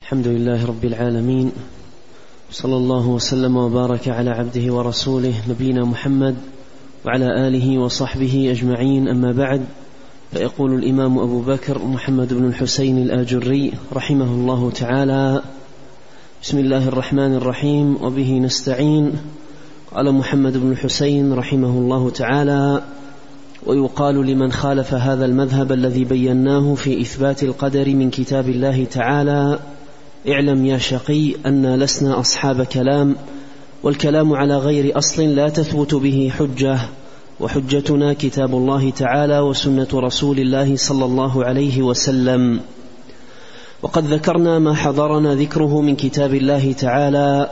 الحمد لله رب العالمين، صلى الله وسلم وبارك على عبده ورسوله نبينا محمد وعلى آله وصحبه أجمعين. أما بعد، فيقول الإمام أبو بكر محمد بن الحسين الآجري رحمه الله تعالى: بسم الله الرحمن الرحيم، وبه نستعين. قال محمد بن الحسين رحمه الله تعالى: ويقال لمن خالف هذا المذهب الذي بيناه في إثبات القدر من كتاب الله تعالى: اعلم يا شقي أن لسنا أصحاب كلام، والكلام على غير أصل لا تثبت به حجة، وحجتنا كتاب الله تعالى وسنة رسول الله صلى الله عليه وسلم. وقد ذكرنا ما حضرنا ذكره من كتاب الله تعالى،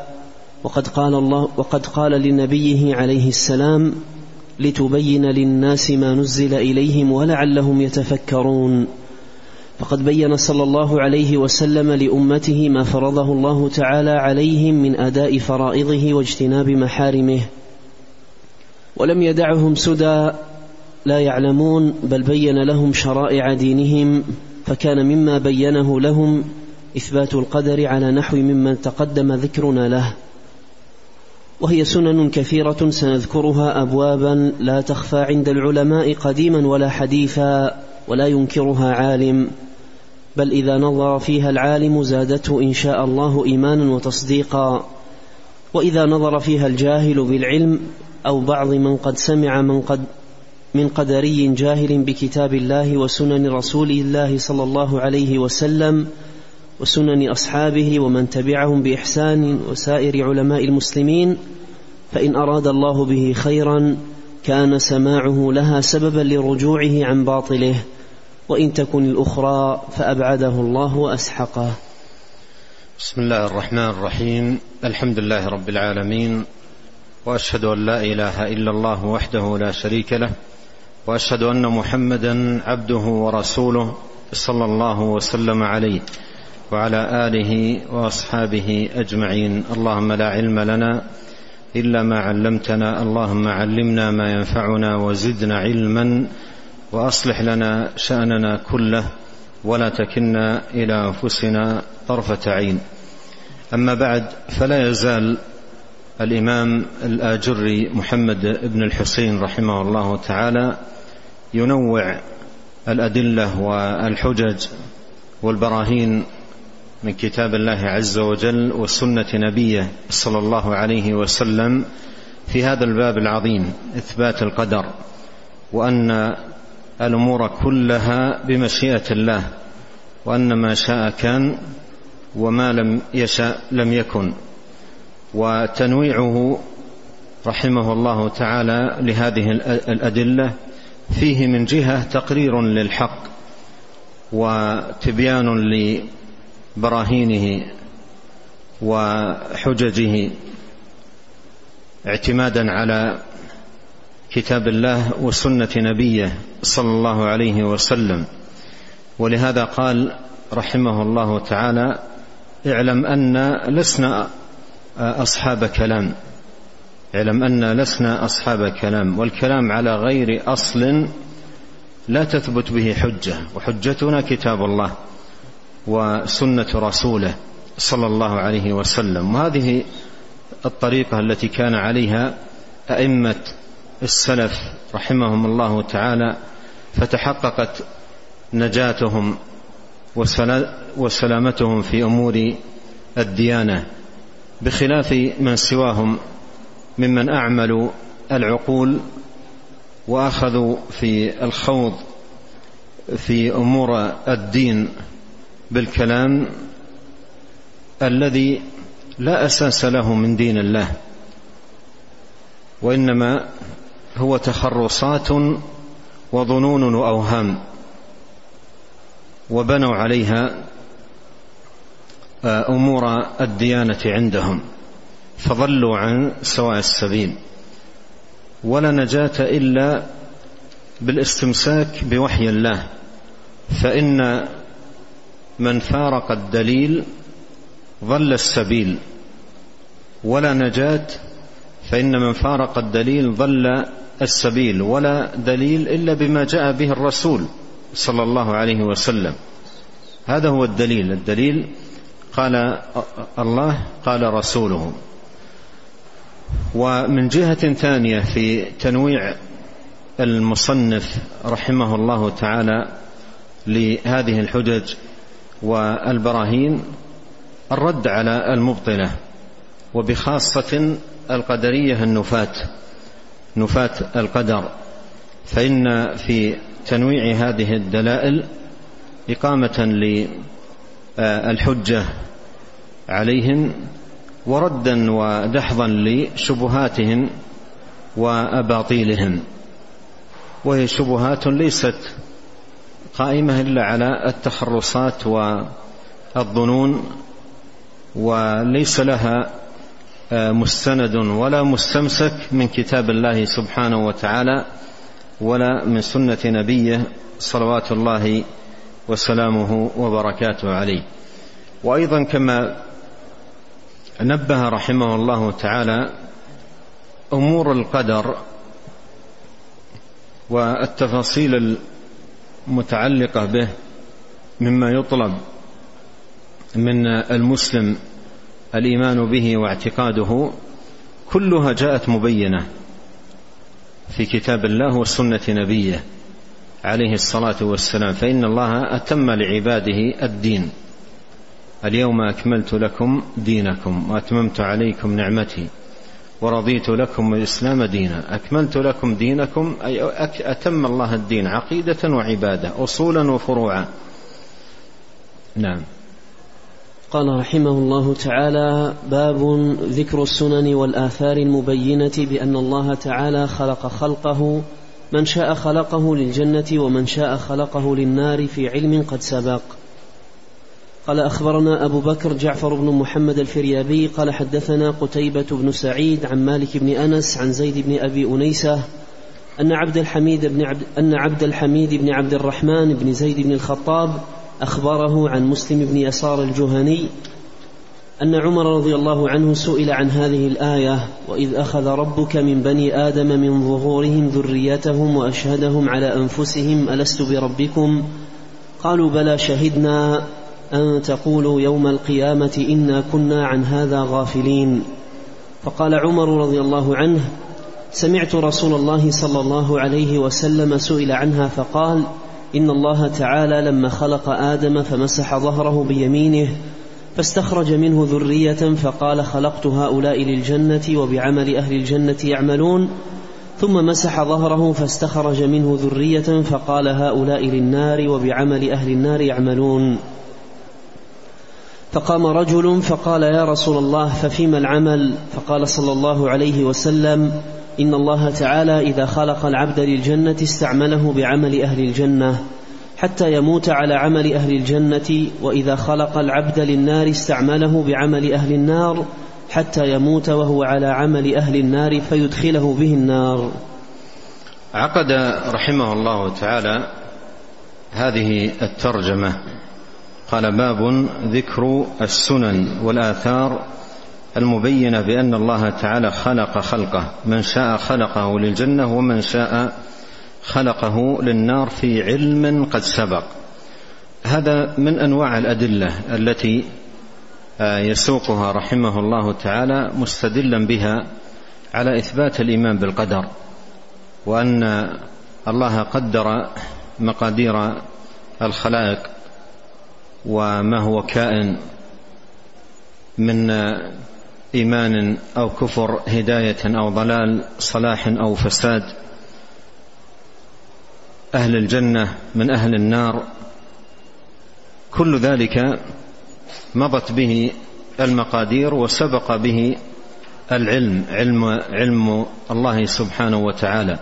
وقد قال لنبيه عليه السلام: لتبين للناس ما نزل إليهم ولعلهم يتفكرون. فقد بين صلى الله عليه وسلم لأمته ما فرضه الله تعالى عليهم من أداء فرائضه واجتناب محارمه، ولم يدعهم سدى لا يعلمون، بل بين لهم شرائع دينهم. فكان مما بينه لهم إثبات القدر على نحو ممن تقدم ذكرنا له، وهي سنن كثيرة سنذكرها أبوابا لا تخفى عند العلماء قديما ولا حديثا، ولا ينكرها عالم، بل إذا نظر فيها العالم زادته إن شاء الله إيمانا وتصديقا، وإذا نظر فيها الجاهل بالعلم أو بعض من قد سمع من قدري جاهل بكتاب الله وسنن رسول الله صلى الله عليه وسلم وسنن أصحابه ومن تبعهم بإحسان وسائر علماء المسلمين، فإن أراد الله به خيرا كان سماعه لها سببا لرجوعه عن باطله، وإن تكن الأخرى فأبعده الله وأسحقه. بسم الله الرحمن الرحيم. الحمد لله رب العالمين، وأشهد أن لا إله إلا الله وحده لا شريك له، وأشهد أن محمدا عبده ورسوله صلى الله وسلم عليه وعلى آله وأصحابه أجمعين. اللهم لا علم لنا إلا ما علمتنا، اللهم علمنا ما ينفعنا وزدنا علما، وأصلح لنا شأننا كله ولا تكلنا إلى أنفسنا طرفة عين. أما بعد، فلا يزال الإمام الآجري محمد بن الحسين رحمه الله تعالى ينوع الأدلة والحجج والبراهين من كتاب الله عز وجل وسنة نبيه صلى الله عليه وسلم في هذا الباب العظيم، إثبات القدر، وأن الأمور كلها بمشيئة الله، وأن ما شاء كان وما لم يشاء لم يكن. وتنويعه رحمه الله تعالى لهذه الأدلة فيه من جهة تقرير للحق وتبيان لبراهينه وحججه اعتمادا على كتاب الله وسنة نبيه صلى الله عليه وسلم. ولهذا قال رحمه الله تعالى: اعلم أن لسنا أصحاب كلام، اعلم أن لسنا أصحاب كلام، والكلام على غير أصل لا تثبت به حجة، وحجتنا كتاب الله وسنة رسوله صلى الله عليه وسلم. وهذه الطريقة التي كان عليها أئمة السلف رحمهم الله تعالى، فتحققت نجاتهم وسلامتهم في أمور الديانة، بخلاف من سواهم ممن أعملوا العقول وأخذوا في الخوض في أمور الدين بالكلام الذي لا أساس له من دين الله، وإنما هو تخرصات وظنون وأوهام، وبنوا عليها أمور الديانة عندهم، فضلوا عن سواء السبيل. ولا نجاة إلا بالاستمساك بوحي الله، فإن من فارق الدليل ضل السبيل، ولا نجاة فإن من فارق الدليل ضل السبيل، ولا دليل إلا بما جاء به الرسول صلى الله عليه وسلم. هذا هو الدليل قال الله قال رسوله. ومن جهة ثانية في تنويع المصنف رحمه الله تعالى لهذه الحجج والبراهين الرد على المبطلة، وبخاصة القدرية نفاة القدر، فإن في تنويع هذه الدلائل إقامة للحجة عليهم وردا ودحضا لشبهاتهم وأباطيلهم، وهي شبهات ليست قائمة إلا على التخرصات والظنون، وليس لها مستند ولا مستمسك من كتاب الله سبحانه وتعالى ولا من سنة نبيه صلوات الله وسلامه وبركاته عليه. وأيضا كما نبه رحمه الله تعالى أمور القدر والتفاصيل المتعلقة به مما يطلب من المسلم الإيمان به واعتقاده كلها جاءت مبينة في كتاب الله وسنة نبيه عليه الصلاة والسلام، فإن الله أتم لعباده الدين. اليوم أكملت لكم دينكم وأتممت عليكم نعمتي ورضيت لكم الإسلام دينا. أكملت لكم دينكم أي أتم الله الدين عقيدة وعبادة، أصولا وفروعا. نعم. قال رحمه الله تعالى: باب ذكر السنن والآثار المبينة بأن الله تعالى خلق خلقه، من شاء خلقه للجنة ومن شاء خلقه للنار في علم قد سبق. قال: أخبرنا أبو بكر جعفر بن محمد الفريابي قال: حدثنا قتيبة بن سعيد عن مالك بن أنس عن زيد بن أبي أنيسة أن عبد الحميد بن عبد الرحمن بن زيد بن الخطاب أخبره عن مسلم بن يسار الجهني أن عمر رضي الله عنه سئل عن هذه الآية: وإذ أخذ ربك من بني آدم من ظهورهم ذريتهم وأشهدهم على أنفسهم ألست بربكم؟ قالوا: بلى شهدنا أن تقولوا يوم القيامة إنا كنا عن هذا غافلين. فقال عمر رضي الله عنه: سمعت رسول الله صلى الله عليه وسلم سئل عنها فقال: إن الله تعالى لما خلق آدم فمسح ظهره بيمينه فاستخرج منه ذرية فقال: خلقت هؤلاء للجنة وبعمل أهل الجنة يعملون، ثم مسح ظهره فاستخرج منه ذرية فقال: هؤلاء للنار وبعمل أهل النار يعملون. فقام رجل فقال: يا رسول الله ففيما العمل؟ فقال صلى الله عليه وسلم: إن الله تعالى إذا خلق العبد للجنة استعمله بعمل أهل الجنة حتى يموت على عمل أهل الجنة، وإذا خلق العبد للنار استعمله بعمل أهل النار حتى يموت وهو على عمل أهل النار فيدخله به النار. عقد رحمه الله تعالى هذه الترجمة، قال: باب ذكر السنن والآثار المبينة بأن الله تعالى خلق خلقه، من شاء خلقه للجنة ومن شاء خلقه للنار في علم قد سبق. هذا من أنواع الأدلة التي يسوقها رحمه الله تعالى مستدلا بها على إثبات الإيمان بالقدر، وأن الله قدر مقادير الخلائق وما هو كائن من إيمان أو كفر، هداية أو ضلال، صلاح أو فساد، أهل الجنة من أهل النار، كل ذلك مضت به المقادير وسبق به العلم، علم الله سبحانه وتعالى،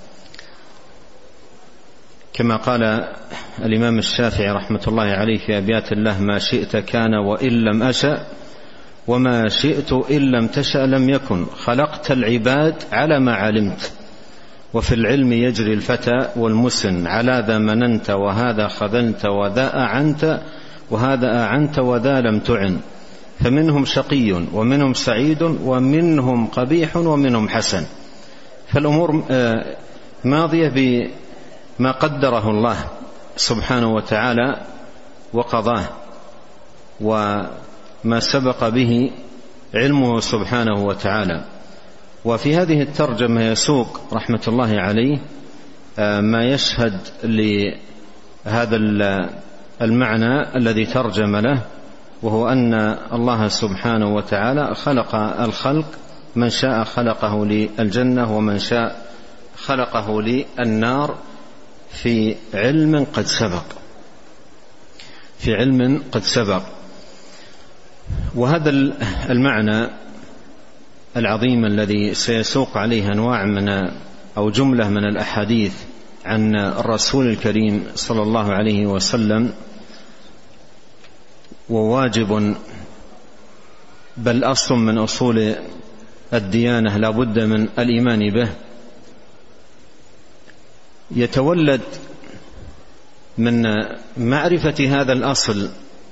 كما قال الإمام الشافعي رحمة الله عليه في أبيات الله: ما شئت كان وإن لم أشأ، وما شئت إن لم تشأ لم يكن، خلقت العباد على ما علمت، وفي العلم يجري الفتى والمسن، على ذا مننت وهذا خذلت، وذا أعنت وهذا أعنت، وذا لم تعن، فمنهم شقي ومنهم سعيد ومنهم قبيح ومنهم حسن. فالأمور ماضية بما قدره الله سبحانه وتعالى وقضاه، ما سبق به علمه سبحانه وتعالى. وفي هذه الترجمة يسوق رحمة الله عليه ما يشهد لهذا المعنى الذي ترجم له، وهو أن الله سبحانه وتعالى خلق الخلق، من شاء خلقه للجنة ومن شاء خلقه للنار في علم قد سبق، في علم قد سبق. وهذا المعنى العظيم الذي سيسوق عليه أنواع أو جملة من الأحاديث عن الرسول الكريم صلى الله عليه وسلم، وواجب بل أصل من أصول الديانة لا بد من الإيمان به، يتولد من معرفة هذا الأصل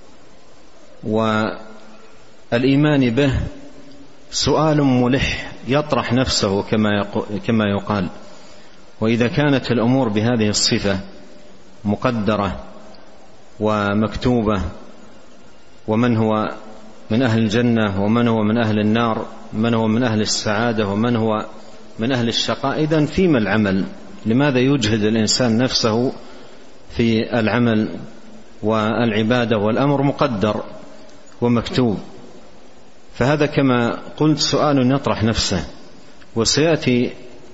والإيمان به سؤال ملح يطرح نفسه كما يقال. وإذا كانت الأمور بهذه الصفة مقدرة ومكتوبة، ومن هو من أهل الجنة ومن هو من أهل النار، من هو من أهل السعادة ومن هو من أهل الشقاء، إذن فيما العمل؟ لماذا يجهد الإنسان نفسه في العمل والعبادة والأمر مقدر ومكتوب؟ فهذا كما قلت سؤال يطرح نفسه، وسيأتي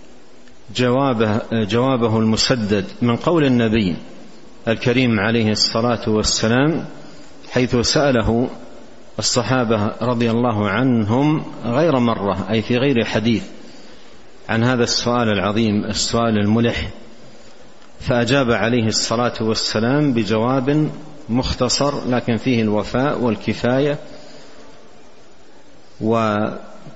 جوابه المسدد من قول النبي الكريم عليه الصلاة والسلام، حيث سأله الصحابة رضي الله عنهم غير مرة، أي في غير حديث، عن هذا السؤال العظيم، السؤال الملح، فأجاب عليه الصلاة والسلام بجواب مختصر لكن فيه الوفاء والكفاية وما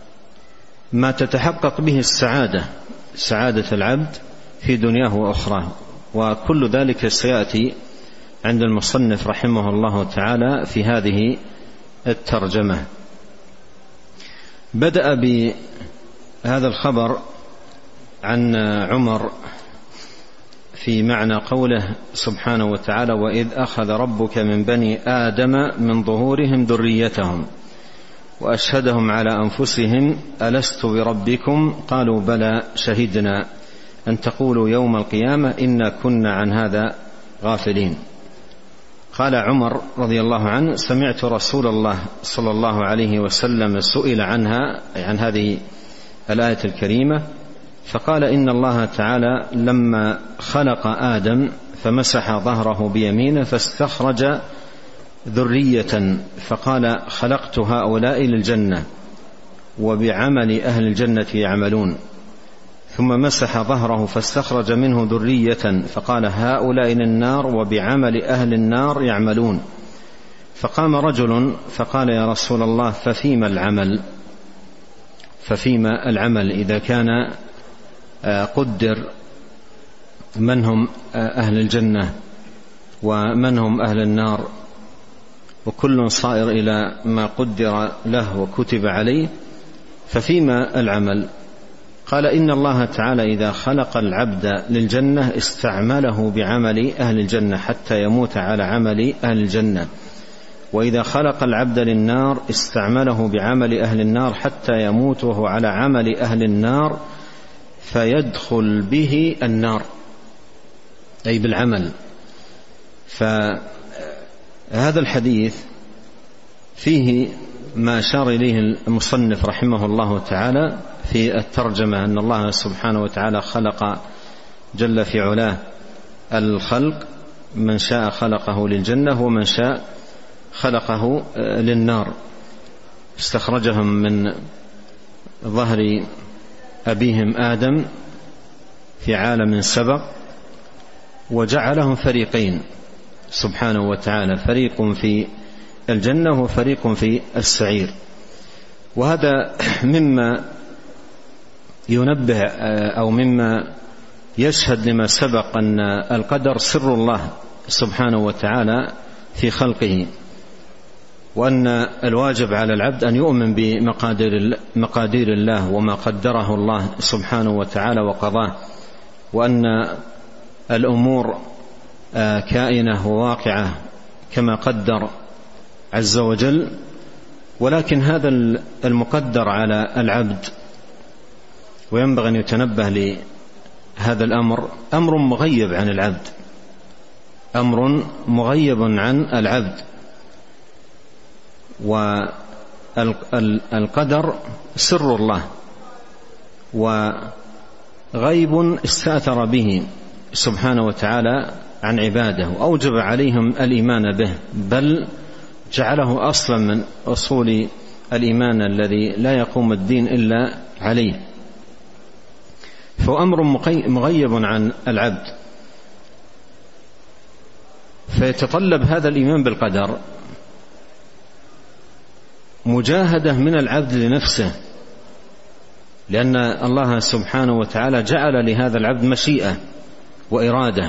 تتحقق به سعادة العبد في دنياه وأخراه. وكل ذلك سيأتي عند المصنف رحمه الله تعالى في هذه الترجمة. بدأ بهذا الخبر عن عمر في معنى قوله سبحانه وتعالى: وإذ أخذ ربك من بني آدم من ظهورهم ذريتهم وأشهدهم على أنفسهم ألست بربكم قالوا بلى شهدنا أن تقولوا يوم القيامة إنا كنا عن هذا غافلين. قال عمر رضي الله عنه: سمعت رسول الله صلى الله عليه وسلم سئل عنها، أي عن هذه الآية الكريمة، فقال: إن الله تعالى لما خلق آدم فمسح ظهره بيمينه فاستخرج ذرية فقال: خلقت هؤلاء للجنة وبعمل أهل الجنة يعملون، ثم مسح ظهره فاستخرج منه ذرية فقال: هؤلاء للنار وبعمل أهل النار يعملون. فقام رجل فقال: يا رسول الله ففيما العمل إذا كان قدر من هم أهل الجنة ومن هم أهل النار، وكل صائر إلى ما قدر له وكتب عليه، ففيما العمل؟ قال: إن الله تعالى إذا خلق العبد للجنة استعمله بعمل أهل الجنة حتى يموت على عمل أهل الجنة، وإذا خلق العبد للنار استعمله بعمل أهل النار حتى يموت وهو على عمل أهل النار فيدخل به النار، أي بالعمل. فهذا الحديث فيه ما أشار إليه المصنف رحمه الله تعالى في الترجمة، أن الله سبحانه وتعالى خلق جل في علاه الخلق، من شاء خلقه للجنة ومن شاء خلقه للنار، استخرجهم من ظهر أبيهم آدم في عالم سبق وجعلهم فريقين سبحانه وتعالى، فريق في الجنة وفريق في السعير. وهذا مما ينبه أو مما يشهد لما سبق أن القدر سر الله سبحانه وتعالى في خلقه، وأن الواجب على العبد أن يؤمن بمقادير الله وما قدره الله سبحانه وتعالى وقضاه، وأن الأمور كائنة وواقعة كما قدر عز وجل، ولكن هذا المقدر على العبد، وينبغي أن يتنبه لهذا الأمر، أمر مغيب عن العبد، أمر مغيب عن العبد. والقدر سر الله وغيب استأثر به سبحانه وتعالى عن عباده، وأوجب عليهم الإيمان به، بل جعله أصلا من أصول الإيمان الذي لا يقوم الدين إلا عليه. فهو أمر مغيب عن العبد، فيتطلب هذا الإيمان بالقدر مجاهدة من العبد لنفسه، لأن الله سبحانه وتعالى جعل لهذا العبد مشيئة وإرادة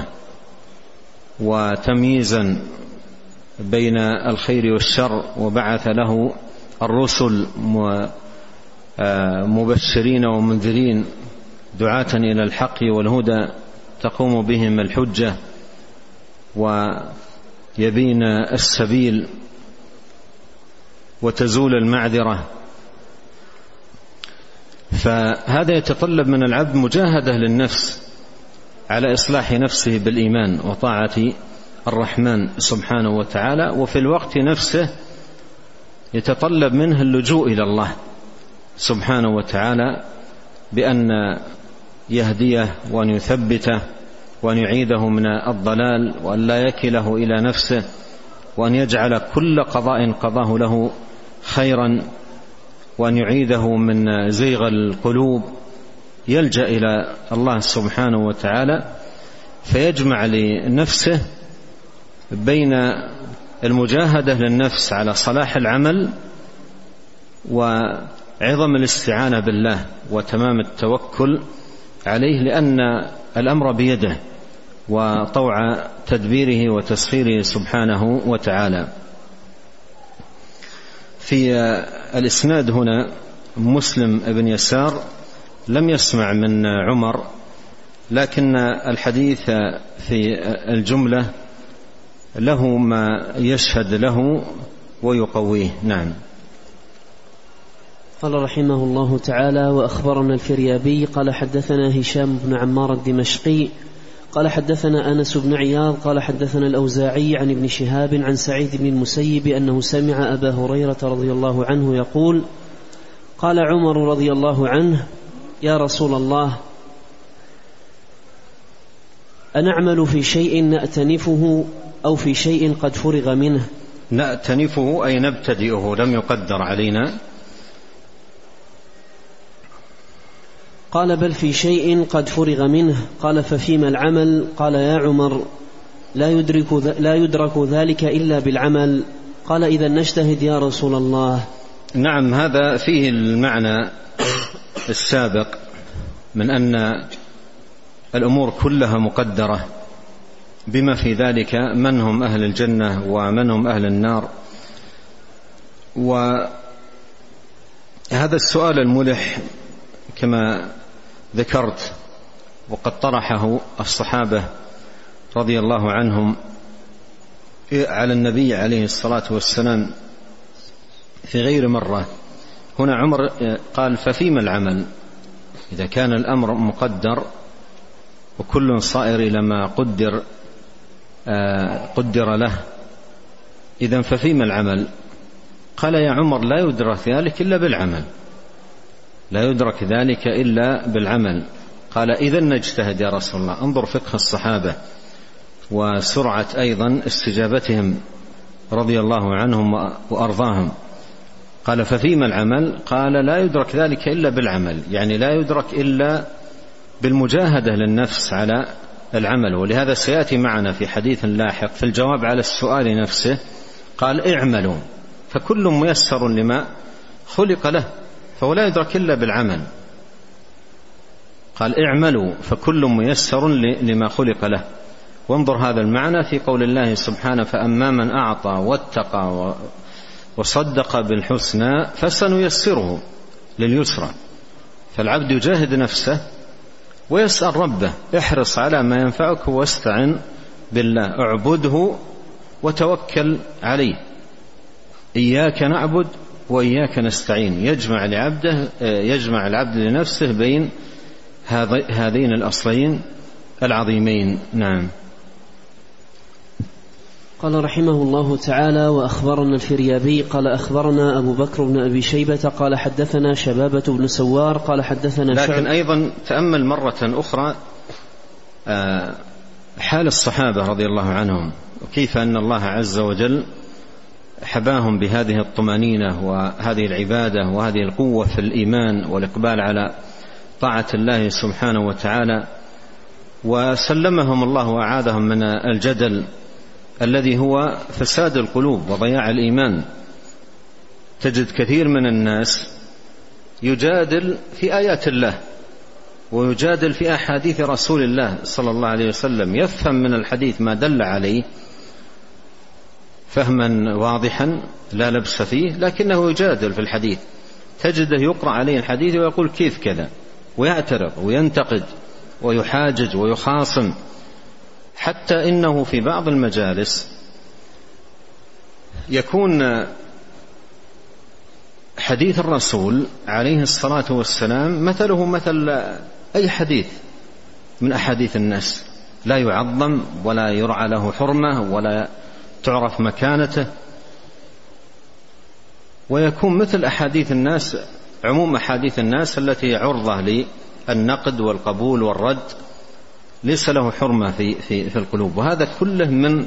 وتمييزا بين الخير والشر، وبعث له الرسل مبشرين ومنذرين دعاة إلى الحق والهدى تقوم بهم الحجة ويبين السبيل وتزول المعذرة. فهذا يتطلب من العبد مجاهدة للنفس على إصلاح نفسه بالإيمان وطاعة الرحمن سبحانه وتعالى، وفي الوقت نفسه يتطلب منه اللجوء إلى الله سبحانه وتعالى بأن يهديه وأن يثبته وأن يعيده من الضلال، وأن لا يكله إلى نفسه، وأن يجعل كل قضاء قضاه له خيرا، وأن يعيده من زيغ القلوب. يلجأ إلى الله سبحانه وتعالى فيجمع لنفسه بين المجاهدة للنفس على صلاح العمل وعظم الاستعانة بالله وتمام التوكل عليه، لأن الأمر بيده وطوع تدبيره وتسخيره سبحانه وتعالى. في الإسناد هنا مسلم بن يسار لم يسمع من عمر، لكن الحديث في الجملة له ما يشهد له ويقويه. نعم. قال رحمه الله تعالى: وأخبرنا الفريابي قال حدثنا هشام بن عمار الدمشقي قال حدثنا أنس بن عياض قال حدثنا الأوزاعي عن ابن شهاب عن سعيد بن المسيب أنه سمع أبا هريرة رضي الله عنه يقول: قال عمر رضي الله عنه: يا رسول الله، أنعمل في شيء نأتنفه أو في شيء قد فرغ منه؟ نأتنفه أي نبتدئه، لم يقدر علينا. قال: بل في شيء قد فرغ منه. قال: ففيما العمل؟ قال: يا عمر، لا يدرك ذلك إلا بالعمل. قال: إذا نجتهد يا رسول الله. نعم، هذا فيه المعنى السابق من أن الأمور كلها مقدرة، بما في ذلك من هم أهل الجنة ومن هم أهل النار. وهذا السؤال الملح كما ذكرت وقد طرحه الصحابة رضي الله عنهم على النبي عليه الصلاة والسلام في غير مرة. هنا عمر قال: ففيما العمل؟ إذا كان الأمر مقدر وكل صائر إلى ما قدر له، إذن ففيما العمل؟ قال: يا عمر، لا يدرك ذلك إلا بالعمل، لا يدرك ذلك إلا بالعمل. قال: إذن نجتهد يا رسول الله. انظر فقه الصحابة وسرعة أيضا استجابتهم رضي الله عنهم وأرضاهم. قال: ففيما العمل؟ قال: لا يدرك ذلك إلا بالعمل، يعني لا يدرك إلا بالمجاهدة للنفس على العمل. ولهذا سيأتي معنا في حديث لاحق في الجواب على السؤال نفسه قال: اعملوا فكل ميسر لما خلق له، فهو لا يدرك إلا بالعمل. قال: اعملوا فكل ميسر لما خلق له. وانظر هذا المعنى في قول الله سبحانه: فأما من أعطى واتقى وصدق بالحسنى فسنيسره لليسرى. فالعبد يجاهد نفسه ويسأل ربه: احرص على ما ينفعك واستعن بالله، اعبده وتوكل عليه. إياك نعبد وإياك نستعين، يجمع العبد لنفسه بين هذين الأصلين العظيمين. نعم. قال رحمه الله تعالى: وأخبرنا الفريابي قال أخبرنا أبو بكر بن أبي شيبة قال حدثنا شبابة بن سوار قال حدثنا لكن أيضا تأمل مرة أخرى حال الصحابة رضي الله عنهم، وكيف أن الله عز وجل حباهم بهذه الطمأنينة وهذه العبادة وهذه القوة في الإيمان والإقبال على طاعة الله سبحانه وتعالى، وسلمهم الله وأعاذهم من الجدل الذي هو فساد القلوب وضياع الإيمان. تجد كثير من الناس يجادل في آيات الله ويجادل في أحاديث رسول الله صلى الله عليه وسلم، يفهم من الحديث ما دل عليه فهما واضحا لا لبس فيه، لكنه يجادل في الحديث. تجده يقرأ عليه الحديث ويقول كيف كذا، ويعترض وينتقد ويحاجج ويخاصم، حتى إنه في بعض المجالس يكون حديث الرسول عليه الصلاة والسلام مثله مثل أي حديث من أحاديث الناس، لا يعظم ولا يرعى له حرمة ولا تعرف مكانته، ويكون مثل أحاديث الناس، عموم أحاديث الناس التي عرضة للنقد والقبول والرد، ليس له حرمة في القلوب. وهذا كله من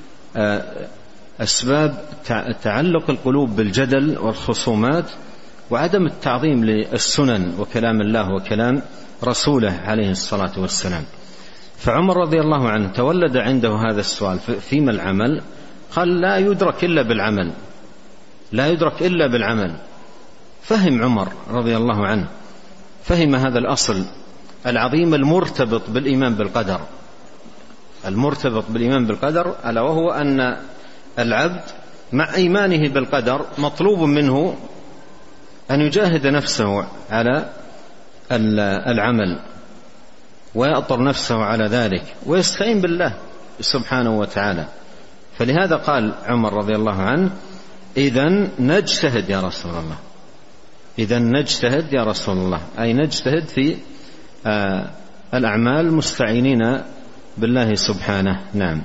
أسباب تعلق القلوب بالجدل والخصومات وعدم التعظيم للسنن وكلام الله وكلام رسوله عليه الصلاة والسلام. فعمر رضي الله عنه تولد عنده هذا السؤال فيما العمل، قال لا يدرك إلا بالعمل، لا يدرك إلا بالعمل. فهم عمر رضي الله عنه، فهم هذا الأصل العظيم المرتبط بالإيمان بالقدر، المرتبط بالإيمان بالقدر، ألا وهو أن العبد مع إيمانه بالقدر مطلوب منه أن يجاهد نفسه على العمل ويأطر نفسه على ذلك ويستعين بالله سبحانه وتعالى. فلهذا قال عمر رضي الله عنه: إذن نجتهد يا رسول الله، إذن نجتهد يا رسول الله، أي نجتهد في الأعمال مستعينين بالله سبحانه. نعم.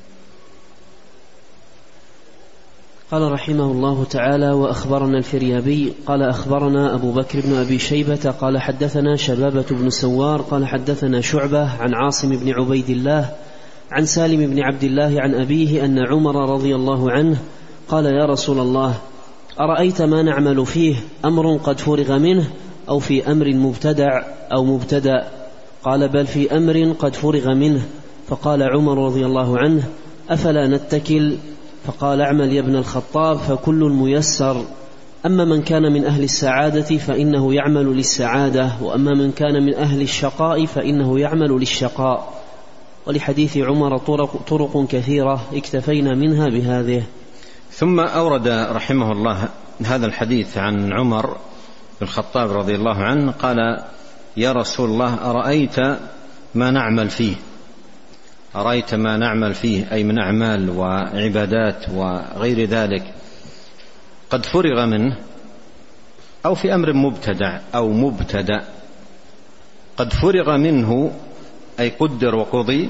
قال رحمه الله تعالى: وأخبرنا الفريابي قال أخبرنا أبو بكر بن أبي شيبة قال حدثنا شبابة بن سوار قال حدثنا شعبة عن عاصم بن عبيد الله عن سالم بن عبد الله عن أبيه أن عمر رضي الله عنه قال: يا رسول الله، أرأيت ما نعمل فيه، أمر قد فرغ منه أو في أمر مبتدع أو مبتدأ؟ قال: بل في أمر قد فرغ منه. فقال عمر رضي الله عنه: أفلا نتكل؟ فقال: اعمل يا ابن الخطاب فكل ميسر، أما من كان من أهل السعادة فإنه يعمل للسعادة، وأما من كان من أهل الشقاء فإنه يعمل للشقاء. ولحديث عمر طرق كثيرة اكتفينا منها بهذه. ثم أورد رحمه الله هذا الحديث عن عمر بن الخطاب رضي الله عنه قال: يا رسول الله، أرأيت ما نعمل فيه، أرأيت ما نعمل فيه أي من أعمال وعبادات وغير ذلك، قد فرغ منه أو في أمر مبتدع أو مبتدأ. قد فرغ منه أي قدر وقضي،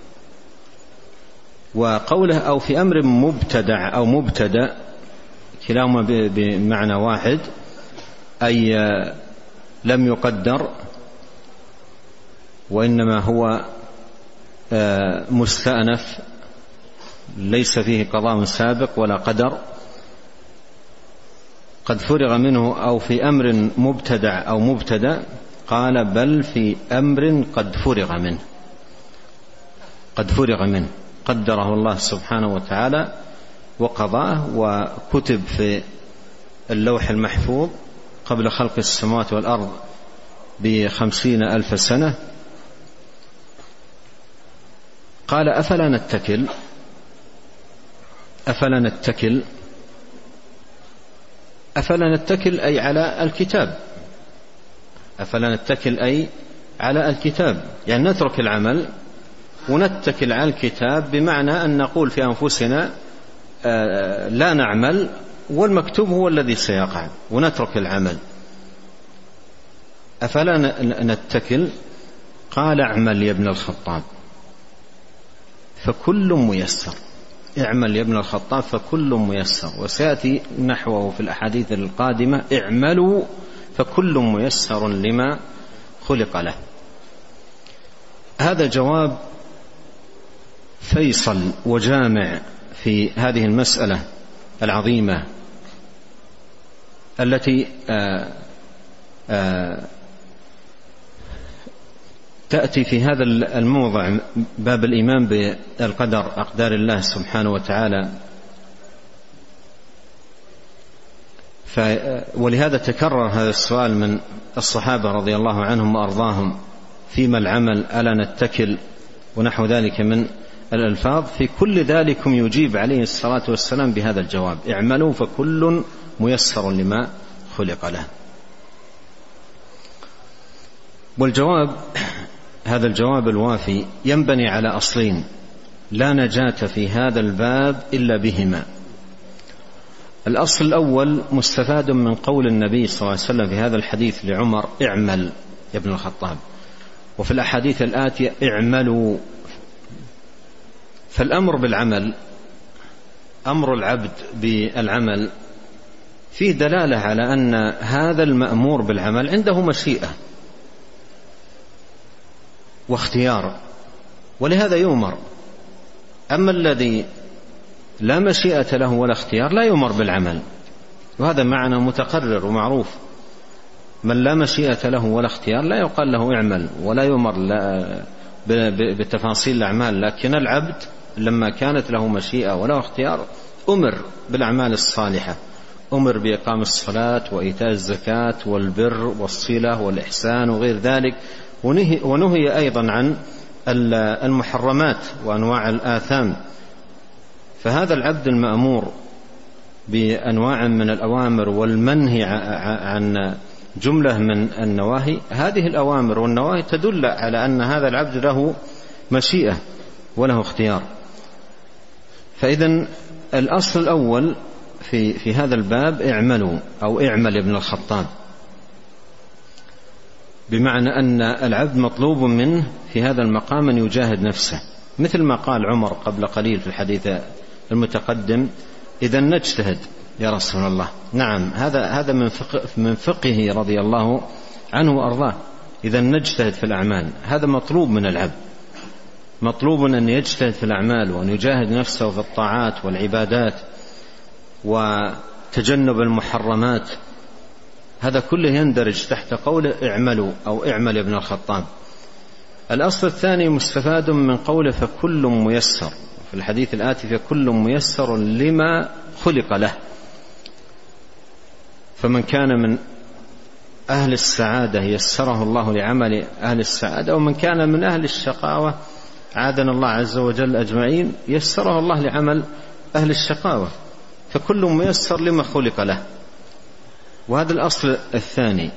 وقوله أو في أمر مبتدع أو مبتدأ كلاهما بمعنى واحد، أي لم يقدر وإنما هو مستأنف ليس فيه قضاء سابق ولا قدر. قد فرغ منه أو في أمر مبتدع أو مبتدأ، قال: بل في أمر قد فرغ منه، قد فرغ منه، قدره الله سبحانه وتعالى وقضاه وكتب في اللوح المحفوظ قبل خلق السماوات والأرض ب50,000 سنة. قال: أفلا نتكل؟ أفلا نتكل؟ أفلا نتكل أي على الكتاب، أفلا نتكل أي على الكتاب، يعني نترك العمل ونتكل على الكتاب، بمعنى أن نقول في أنفسنا لا نعمل والمكتوب هو الذي سيقع ونترك العمل. أفلا نتكل؟ قال اعمل يا ابن الخطاب فكل ميسر. اعمل يا ابن الخطاب فكل ميسر، وسيأتي نحوه في الأحاديث القادمة اعملوا فكل ميسر لما خلق له. هذا جواب فيصل وجامع في هذه المسألة العظيمة التي تأتي في هذا الموضع باب الإيمان بالقدر، أقدار الله سبحانه وتعالى. ولهذا تكرر هذا السؤال من الصحابة رضي الله عنهم وأرضاهم: فيما العمل؟ ألا نتكل؟ ونحو ذلك من الألفاظ. في كل ذلكم يجيب عليه الصلاة والسلام بهذا الجواب: اعملوا فكل ميسر لما خلق له. والجواب، هذا الجواب الوافي، ينبني على أصلين لا نجاة في هذا الباب إلا بهما. الأصل الأول مستفاد من قول النبي صلى الله عليه وسلم في هذا الحديث لعمر: اعمل يا ابن الخطاب، وفي الأحاديث الآتية اعملوا. فالأمر بالعمل، أمر العبد بالعمل، فيه دلالة على أن هذا المأمور بالعمل عنده مشيئة واختيار، ولهذا يؤمر. أما الذي لا مشيئة له ولا اختيار لا يؤمر بالعمل، وهذا معنى متقرر ومعروف. من لا مشيئة له ولا اختيار لا يقال له اعمل ولا يؤمر بتفاصيل الأعمال. لكن العبد لما كانت له مشيئة ولا اختيار أمر بالأعمال الصالحة، أمر بإقام الصلاة وإيتاء الزكاة والبر والصلة والإحسان وغير ذلك، ونهي أيضا عن المحرمات وأنواع الآثام. فهذا العبد المأمور بأنواع من الأوامر والمنهي عن جملة من النواهي، هذه الأوامر والنواهي تدل على أن هذا العبد له مشيئة وله اختيار. فإذن الأصل الأول في هذا الباب اعملوا أو اعمل ابن الخطاب، بمعنى أن العبد مطلوب منه في هذا المقام أن يجاهد نفسه، مثل ما قال عمر قبل قليل في الحديث المتقدم: إذا نجتهد يا رسول الله. نعم، هذا من فقهه رضي الله عنه وأرضاه. إذا نجتهد في الأعمال، هذا مطلوب من العبد، مطلوب أن يجتهد في الأعمال وأن يجاهد نفسه في الطاعات والعبادات وتجنب المحرمات. هذا كله يندرج تحت قول اعملوا أو اعمل ابن الخطاب. الأصل الثاني مستفاد من قوله فكل ميسر، في الحديث الآتي فكل ميسر لما خلق له. فمن كان من أهل السعادة يسره الله لعمل أهل السعادة، ومن كان من أهل الشقاوة عادنا الله عز وجل أجمعين يسره الله لعمل أهل الشقاوة. فكل ميسر لما خلق له، وهذا الأصل الثاني.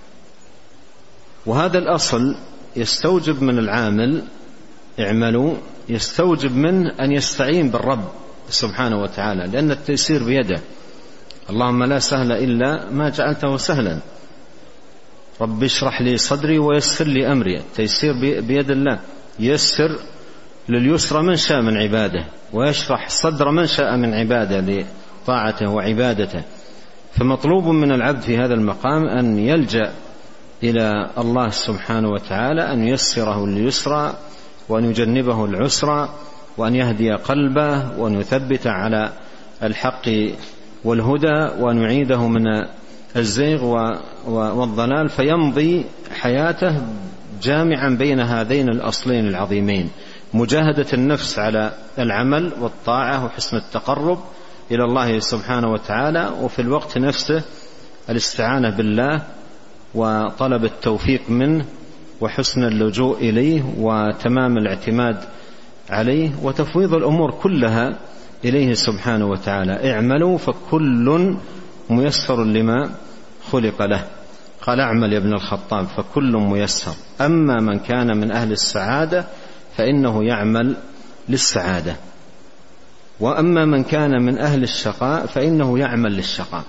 وهذا الأصل يستوجب من العامل اعملوا، يستوجب منه أن يستعين بالرب سبحانه وتعالى، لأن التيسير بيده. اللهم لا سهل إلا ما جعلته سهلا، رب اشرح لي صدري ويسر لي أمري. التيسير بيد الله، يسر لليسر من شاء من عباده، ويشرح صدر من شاء من عباده لطاعته وعبادته. فمطلوب من العبد في هذا المقام أن يلجأ إلى الله سبحانه وتعالى أن ييسره اليسرى وأن يجنبه العسرى، وأن يهدي قلبه وأن يثبت على الحق والهدى، وأن يعيده من الزيغ والضلال، فيمضي حياته جامعا بين هذين الأصلين العظيمين: مجاهدة النفس على العمل والطاعة وحسن التقرب إلى الله سبحانه وتعالى، وفي الوقت نفسه الاستعانة بالله وطلب التوفيق منه وحسن اللجوء إليه وتمام الاعتماد عليه وتفويض الأمور كلها إليه سبحانه وتعالى. اعملوا فكل ميسر لما خلق له. قال اعمل يا ابن الخطاب فكل ميسر. أما من كان من أهل السعادة فإنه يعمل للسعادة. وأما من كان من أهل الشقاء فإنه يعمل للشقاء.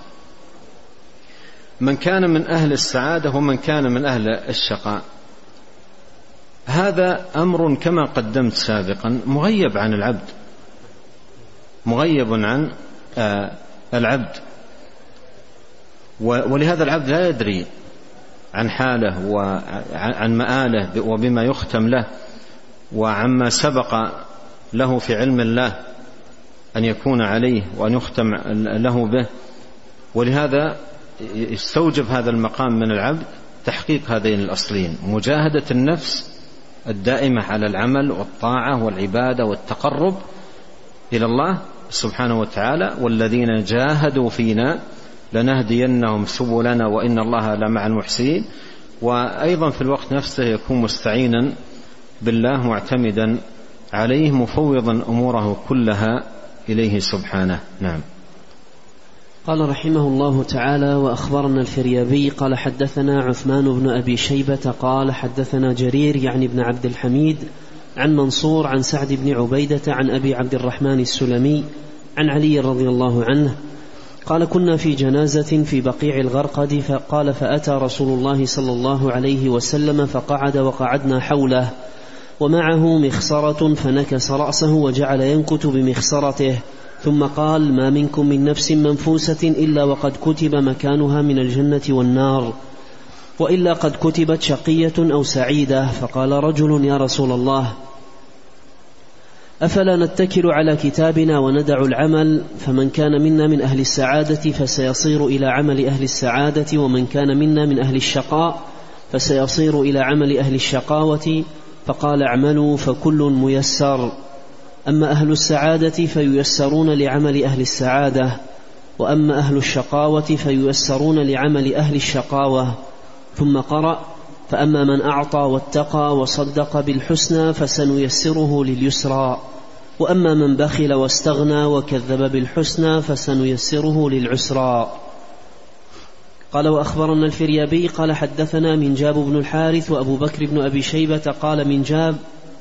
من كان من أهل السعادة ومن كان من أهل الشقاء، هذا أمر كما قدمت سابقا مغيب عن العبد، مغيب عن العبد، ولهذا العبد لا يدري عن حاله وعن مآله وبما يختم له وعما سبق له في علم الله أن يكون عليه وأن يختم له به. ولهذا يستوجب هذا المقام من العبد تحقيق هذين الأصلين: مجاهدة النفس الدائمة على العمل والطاعة والعبادة والتقرب إلى الله سبحانه وتعالى، والذين جاهدوا فينا لنهدينهم سبلنا وإن الله لمع المحسنين. وأيضا في الوقت نفسه يكون مستعينا بالله معتمدا عليه مفوضا أموره كلها إليه سبحانه. نعم. قال رحمه الله تعالى: وأخبرنا الفريابي قال حدثنا عثمان بن أبي شيبة قال حدثنا جرير يعني بن عبد الحميد عن منصور عن سعد بن عبيدة عن أبي عبد الرحمن السلمي عن علي رضي الله عنه قال: كنا في جنازة في بقيع الغرقد، فقال: فأتى رسول الله صلى الله عليه وسلم فقعد وقعدنا حوله ومعه مخصرة، فنكس رأسه وجعل ينكت بمخصرته، ثم قال: ما منكم من نفس منفوسة إلا وقد كتب مكانها من الجنة والنار، وإلا قد كتبت شقية أو سعيدة. فقال رجل: يا رسول الله، أفلا نتكل على كتابنا وندع العمل؟ فمن كان منا من أهل السعادة فسيصير إلى عمل أهل السعادة، ومن كان منا من أهل الشقاء فسيصير إلى عمل أهل الشقاوة. فقال: اعملوا فكل ميسر، أما أهل السعادة فييسرون لعمل أهل السعادة، وأما أهل الشقاوة فييسرون لعمل أهل الشقاوة. ثم قرأ: فأما من أعطى واتقى وصدق بالحسنى فسنيسره لليسرى، وأما من بخل واستغنى وكذب بالحسنى فسنيسره للعسرى. قال: وأخبرنا الفريابي قال حدثنا منجاب بن الحارث وأبو بكر بن أبي شيبة قال منجاب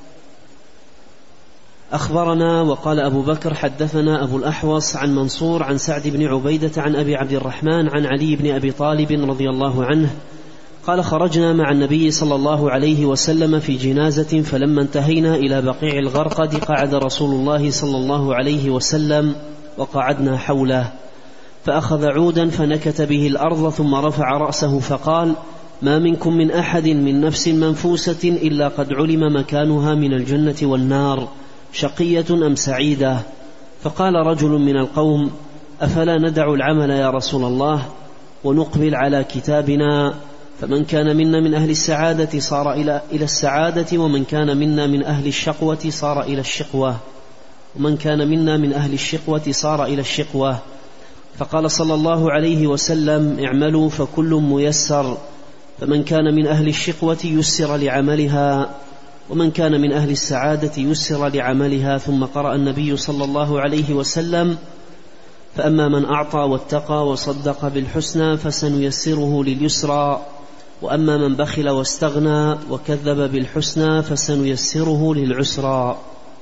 أخبرنا، وقال أبو بكر حدثنا أبو الأحوص عن منصور عن سعد بن عبيدة عن أبي عبد الرحمن عن علي بن أبي طالب رضي الله عنه قال: خرجنا مع النبي صلى الله عليه وسلم في جنازة، فلما انتهينا إلى بقيع الغرقد قعد رسول الله صلى الله عليه وسلم وقعدنا حوله، فأخذ عودا فنكت به الأرض، ثم رفع رأسه فقال: ما منكم من أحد من نفس منفوسة إلا قد علم مكانها من الجنة والنار، شقية أم سعيدة. فقال رجل من القوم: أفلا ندع العمل يا رسول الله ونقبل على كتابنا؟ فمن كان منا من أهل السعادة صار إلى السعادة، ومن كان منا من أهل الشقوة صار إلى الشقوة، ومن كان منا من أهل الشقوة صار إلى الشقوة. فقال صلى الله عليه وسلم: اعملوا فكل ميسر، فمن كان من أهل الشقوة يسر لعملها، ومن كان من أهل السعادة يسر لعملها. ثم قرأ النبي صلى الله عليه وسلم: فأما من أعطى واتقى وصدق بالحسنى فسنيسره لليسرى، وأما من بخل واستغنى وكذب بالحسنى فسنيسره للعسرى.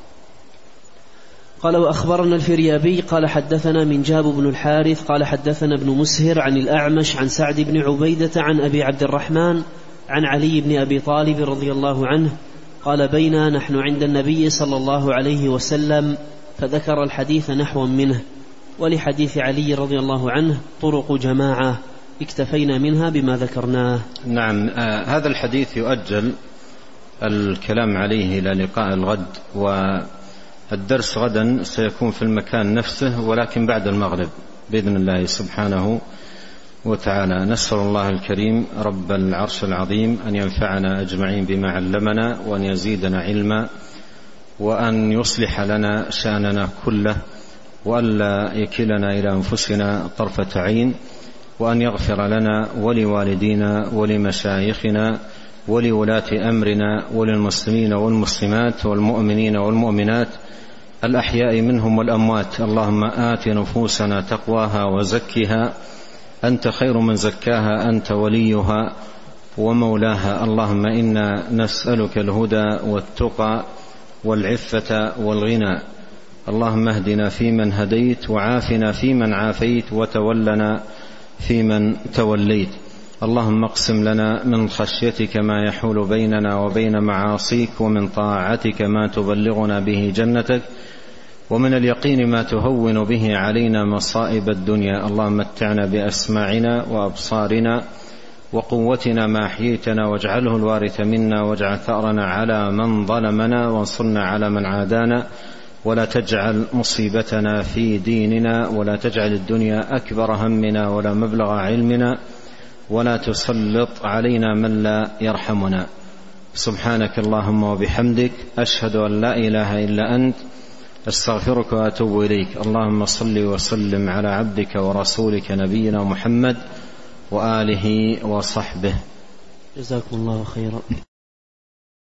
قال: وأخبرنا الفريابي قال حدثنا منجاب بن الحارث قال حدثنا ابن مسهر عن الأعمش عن سعد بن عبيدة عن أبي عبد الرحمن عن علي بن أبي طالب رضي الله عنه قال: بينا نحن عند النبي صلى الله عليه وسلم، فذكر الحديث نحو منه، ولحديث علي رضي الله عنه طرق جماعة اكتفينا منها بما ذكرناه. نعم. هذا الحديث يؤجل الكلام عليه إلى لقاء الغد، والدرس غدا سيكون في المكان نفسه ولكن بعد المغرب بإذن الله سبحانه وتعالى. نسأل الله الكريم رب العرش العظيم أن ينفعنا أجمعين بما علمنا، وأن يزيدنا علما، وأن يصلح لنا شأننا كله، وألا يكلنا إلى أنفسنا طرفة عين، وأن يغفر لنا ولوالدينا ولمشايخنا ولولاة أمرنا وللمسلمين والمسلمات والمؤمنين والمؤمنات الأحياء منهم والأموات. اللهم آت نفوسنا تقواها وزكها أنت خير من زكاها، أنت وليها ومولاها. اللهم إنا نسألك الهدى والتقى والعفة والغنى. اللهم اهدنا فيمن هديت، وعافنا فيمن عافيت، وتولنا فيمن توليت. اللهم اقسم لنا من خشيتك ما يحول بيننا وبين معاصيك، ومن طاعتك ما تبلغنا به جنتك، ومن اليقين ما تهون به علينا مصائب الدنيا. اللهم متعنا بأسماعنا وأبصارنا وقوتنا ما أحييتنا، واجعله الوارث منا، واجعل ثأرنا على من ظلمنا، وانصرنا على من عادانا، ولا تجعل مصيبتنا في ديننا، ولا تجعل الدنيا أكبر همنا ولا مبلغ علمنا، ولا تسلط علينا من لا يرحمنا. سبحانك اللهم وبحمدك، أشهد أن لا إله إلا أنت، أستغفرك وأتوب إليك. اللهم صل وسلم على عبدك ورسولك نبينا محمد وآله وصحبه. جزاكم الله خيرا.